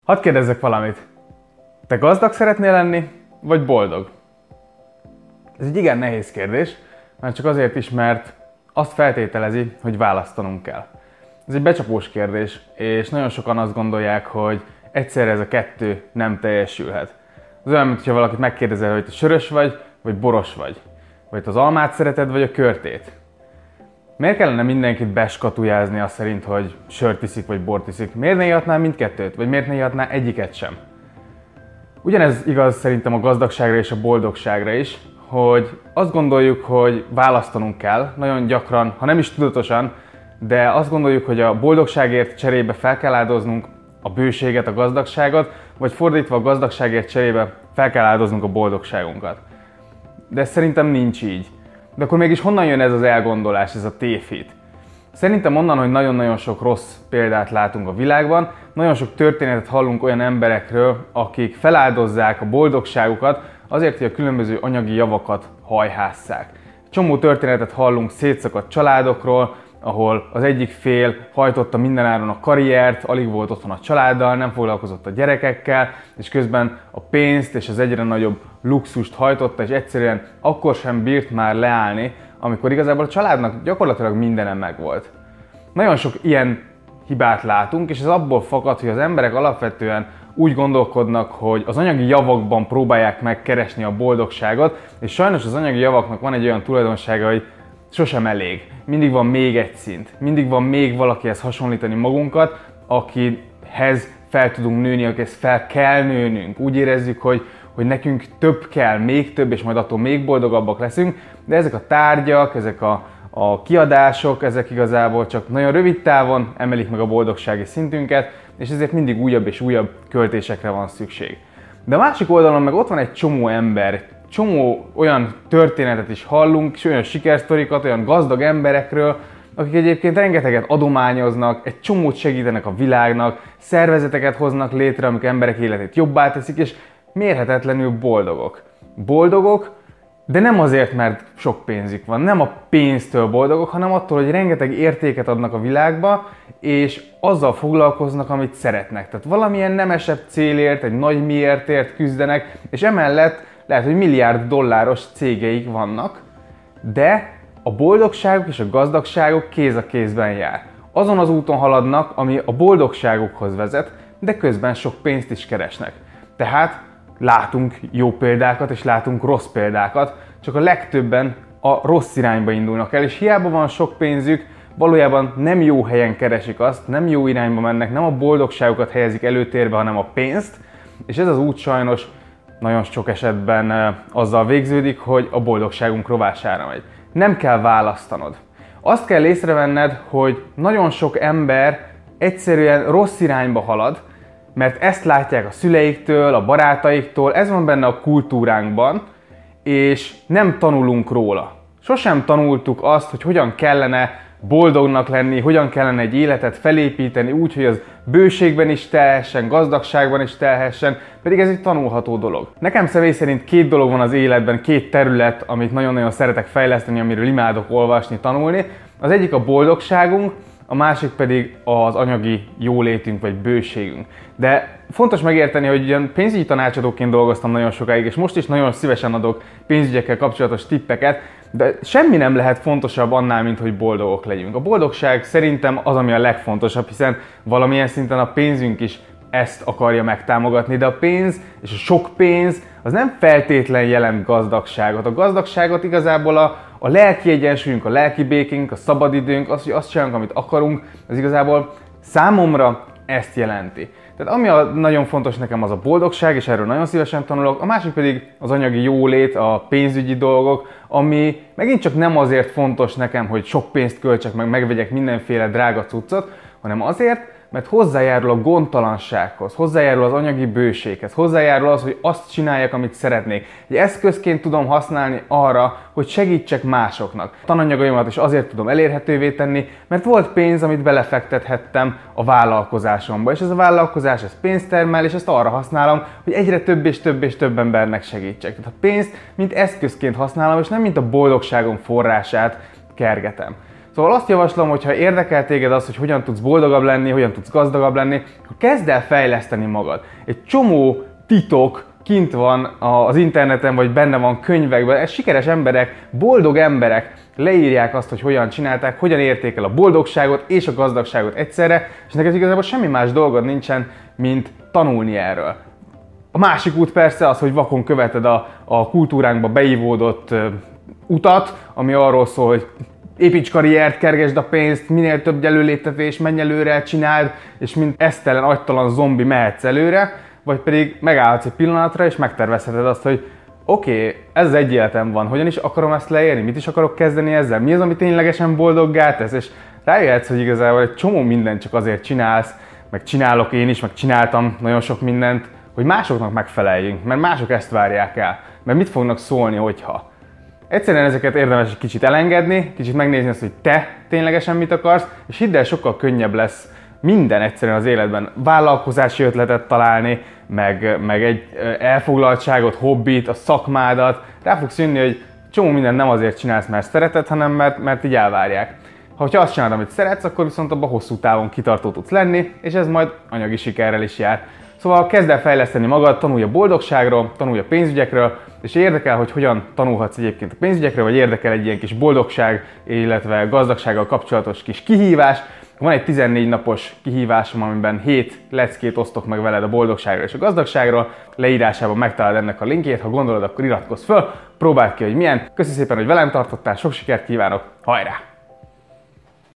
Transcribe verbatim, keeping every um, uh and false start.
Hadd kérdezzek valamit. Te gazdag szeretnél lenni, vagy boldog? Ez egy igen nehéz kérdés, már csak azért is, mert azt feltételezi, hogy választanunk kell. Ez egy becsapós kérdés, és nagyon sokan azt gondolják, hogy egyszerre ez a kettő nem teljesülhet. Az olyan, mintha valakit megkérdezel, hogy te sörös vagy, vagy boros vagy. Vagy az almát szereted, vagy a körtét. Miért kellene mindenkit beskatujázni azt szerint, hogy sört iszik, vagy bort iszik? Miért ne ihatná mindkettőt? Vagy miért ne ihatná egyiket sem? Ugyanez igaz szerintem a gazdagságra és a boldogságra is, hogy azt gondoljuk, hogy választanunk kell, nagyon gyakran, ha nem is tudatosan, de azt gondoljuk, hogy a boldogságért cserébe fel kell áldoznunk a bőséget, a gazdagságot, vagy fordítva a gazdagságért cserébe fel kell áldoznunk a boldogságunkat. De szerintem nincs így. De akkor mégis honnan jön ez az elgondolás, ez a tévhit? Szerintem onnan, hogy nagyon-nagyon sok rossz példát látunk a világban, nagyon sok történetet hallunk olyan emberekről, akik feláldozzák a boldogságukat azért, hogy a különböző anyagi javakat hajhásszák. Csomó történetet hallunk szétszakadt családokról, ahol az egyik fél hajtotta mindenáron a karriert, alig volt otthon a családdal, nem foglalkozott a gyerekekkel, és közben a pénzt és az egyre nagyobb luxust hajtotta, és egyszerűen akkor sem bírt már leállni, amikor igazából a családnak gyakorlatilag mindene megvolt. Nagyon sok ilyen hibát látunk, és ez abból fakad, hogy az emberek alapvetően úgy gondolkodnak, hogy az anyagi javakban próbálják megkeresni a boldogságot, és sajnos az anyagi javaknak van egy olyan tulajdonsága, hogy sosem elég. Mindig van még egy szint. Mindig van még valakihez hasonlítani magunkat, akihez fel tudunk nőni, akihez fel kell nőnünk. Úgy érezzük, hogy, hogy nekünk több kell, még több, és majd attól még boldogabbak leszünk, de ezek a tárgyak, ezek a, a kiadások, ezek igazából csak nagyon rövid távon emelik meg a boldogsági szintünket, és ezért mindig újabb és újabb költésekre van szükség. De a másik oldalon meg ott van egy csomó ember, csomó olyan történetet is hallunk, és olyan sikersztorikat, olyan gazdag emberekről, akik egyébként rengeteget adományoznak, egy csomót segítenek a világnak, szervezeteket hoznak létre, amik emberek életét jobbá teszik, és mérhetetlenül boldogok. Boldogok, de nem azért, mert sok pénzük van, nem a pénztől boldogok, hanem attól, hogy rengeteg értéket adnak a világba, és azzal foglalkoznak, amit szeretnek. Tehát valamilyen nemesebb célért, egy nagy miértért küzdenek, és emellett lehet, hogy milliárd dolláros cégeik vannak, de a boldogságuk és a gazdagságuk kéz a kézben jár. Azon az úton haladnak, ami a boldogságukhoz vezet, de közben sok pénzt is keresnek. Tehát látunk jó példákat és látunk rossz példákat, csak a legtöbben a rossz irányba indulnak el, és hiába van sok pénzzük, valójában nem jó helyen keresik azt, nem jó irányba mennek, nem a boldogságukat helyezik előtérbe, hanem a pénzt, és ez az út sajnos nagyon sok esetben azzal végződik, hogy a boldogságunk rovására megy. Nem kell választanod. Azt kell észrevenned, hogy nagyon sok ember egyszerűen rossz irányba halad, mert ezt látják a szüleiktől, a barátaiktól, ez van benne a kultúránkban, és nem tanulunk róla. Sosem tanultuk azt, hogy hogyan kellene boldognak lenni, hogyan kellene egy életet felépíteni úgy, hogy az bőségben is telhessen, gazdagságban is telhessen, pedig ez egy tanulható dolog. Nekem személy szerint két dolog van az életben, két terület, amit nagyon-nagyon szeretek fejleszteni, amiről imádok olvasni, tanulni. Az egyik a boldogságunk, a másik pedig az anyagi jólétünk vagy bőségünk. De fontos megérteni, hogy ugyan pénzügyi tanácsadóként dolgoztam nagyon sokáig, és most is nagyon szívesen adok pénzügyekkel kapcsolatos tippeket, de semmi nem lehet fontosabb annál, mint hogy boldogok legyünk. A boldogság szerintem az, ami a legfontosabb, hiszen valamilyen szinten a pénzünk is ezt akarja megtámogatni, de a pénz és a sok pénz az nem feltétlen jelent gazdagságot. A gazdagságot igazából a, a lelki egyensúlyunk, a lelki békénk, a szabadidőnk, az, hogy azt csinálunk, amit akarunk, az igazából számomra ezt jelenti. Tehát ami a, nagyon fontos nekem, az a boldogság, és erről nagyon szívesen tanulok, a másik pedig az anyagi jólét, a pénzügyi dolgok, ami megint csak nem azért fontos nekem, hogy sok pénzt költsek, meg megvegyek mindenféle drága cuccot, hanem azért, mert hozzájárul a gondtalansághoz, hozzájárul az anyagi bőséghez, hozzájárul az, hogy azt csináljak, amit szeretnék. Egy eszközként tudom használni arra, hogy segítsek másoknak. A tananyagaimat is azért tudom elérhetővé tenni, mert volt pénz, amit belefektethettem a vállalkozásomba, és ez a vállalkozás ez pénzt termel, és ezt arra használom, hogy egyre több és több és több embernek segítsek. Tehát a pénzt mint eszközként használom, és nem mint a boldogságom forrását kergetem. Szóval azt javaslom, hogy ha érdekel téged az, hogy hogyan tudsz boldogabb lenni, hogyan tudsz gazdagabb lenni, akkor kezd el fejleszteni magad. Egy csomó titok kint van az interneten, vagy benne van könyvekben. Ez sikeres emberek, boldog emberek leírják azt, hogy hogyan csinálták, hogyan érték el a boldogságot és a gazdagságot egyszerre, és neked igazából semmi más dolgod nincsen, mint tanulni erről. A másik út persze az, hogy vakon követed a, a kultúránkba beivódott uh, utat, ami arról szól, hogy építs karriert, kergesd a pénzt, minél több előléptetés, menj előre, csináld, és mint esztelen, agytalan zombi mehetsz előre, vagy pedig megállhatsz egy pillanatra, és megtervezheted azt, hogy oké, okay, ez egy életem van, hogyan is akarom ezt leérni, mit is akarok kezdeni ezzel, mi az, ami ténylegesen boldoggá tesz, és rájöhetsz, hogy igazából egy csomó mindent csak azért csinálsz, meg csinálok én is, meg csináltam nagyon sok mindent, hogy másoknak megfeleljünk, mert mások ezt várják el, mert mit fognak szólni, hogyha. Egyszerűen ezeket érdemes egy kicsit elengedni, kicsit megnézni azt, hogy te ténylegesen mit akarsz, és hidd el, sokkal könnyebb lesz minden egyszerűen az életben. Vállalkozási ötletet találni, meg, meg egy elfoglaltságot, hobbit, a szakmádat. Rá fogsz jönni, hogy csomó mindent nem azért csinálsz, mert szereted, hanem mert, mert így elvárják. Ha azt csinálod, amit szeretsz, akkor viszont abban hosszú távon kitartó tudsz lenni, és ez majd anyagi sikerrel is jár. Szóval kezd el fejleszteni magad, tanulj a boldogságról, tanulj a pénzügyekről, és érdekel, hogy hogyan tanulhatsz egyébként a pénzügyekről, vagy érdekel egy ilyen kis boldogság, illetve gazdagsággal kapcsolatos kis kihívás. Van egy tizennégy napos kihívásom, amiben hét leckét osztok meg veled a boldogságról és a gazdagságról. Leírásában megtalálod ennek a linkjét, ha gondolod, akkor iratkozz föl, próbáld ki, hogy milyen. Köszi szépen, hogy velem tartottál, sok sikert kívánok, hajrá!